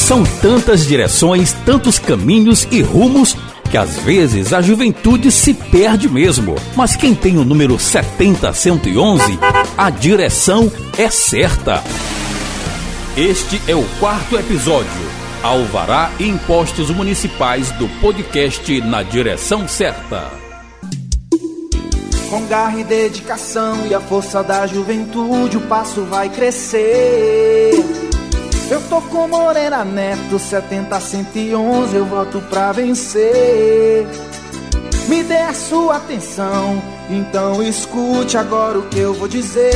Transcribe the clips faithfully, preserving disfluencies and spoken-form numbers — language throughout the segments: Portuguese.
São tantas direções, tantos caminhos e rumos que às vezes a juventude se perde mesmo. Mas quem tem o número setenta cento e onze, a direção é certa. Este é o quarto episódio, Alvará e Impostos Municipais do podcast Na Direção Certa. Com garra e dedicação e a força da juventude, o passo vai crescer. Eu tô com Moreira Neto, setenta cento e onze, eu voto pra vencer. Me dê a sua atenção, então escute agora o que eu vou dizer.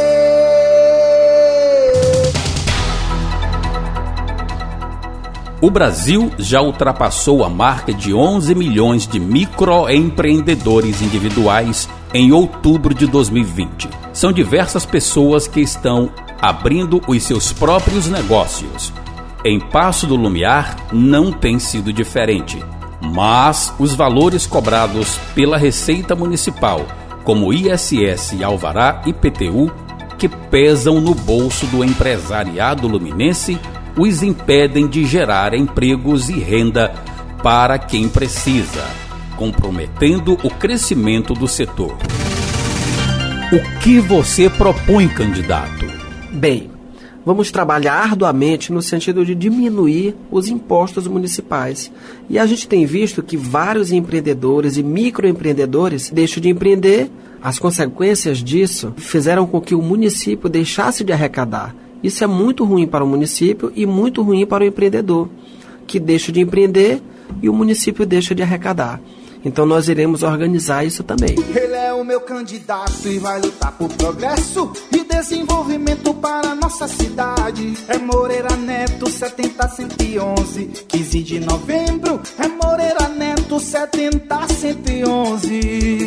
O Brasil já ultrapassou a marca de onze milhões de microempreendedores individuais em outubro de dois mil e vinte. São diversas pessoas que estão abrindo os seus próprios negócios. Em Paço do Lumiar não tem sido diferente, mas os valores cobrados pela Receita Municipal, como I S S, Alvará e I P T U, que pesam no bolso do empresariado luminense, os impedem de gerar empregos e renda para quem precisa, comprometendo o crescimento do setor. O que você propõe, candidato? Bem, vamos trabalhar arduamente no sentido de diminuir os impostos municipais. E a gente tem visto que vários empreendedores e microempreendedores deixam de empreender. As consequências disso fizeram com que o município deixasse de arrecadar. Isso é muito ruim para o município e muito ruim para o empreendedor, que deixa de empreender e o município deixa de arrecadar. Então nós iremos organizar isso também. Ele é o meu candidato e vai lutar por progresso e desenvolvimento para a nossa cidade. É Moreira Neto, setenta cento e onze, quinze de novembro. É Moreira Neto, setenta cento e onze.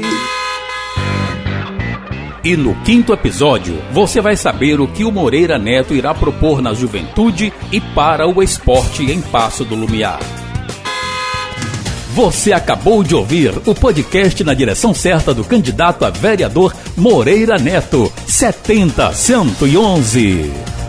E no quinto episódio, você vai saber o que o Moreira Neto irá propor na juventude e para o esporte em Paço do Lumiar. Você acabou de ouvir o podcast Na Direção Certa do candidato a vereador Moreira Neto, setenta cento e onze.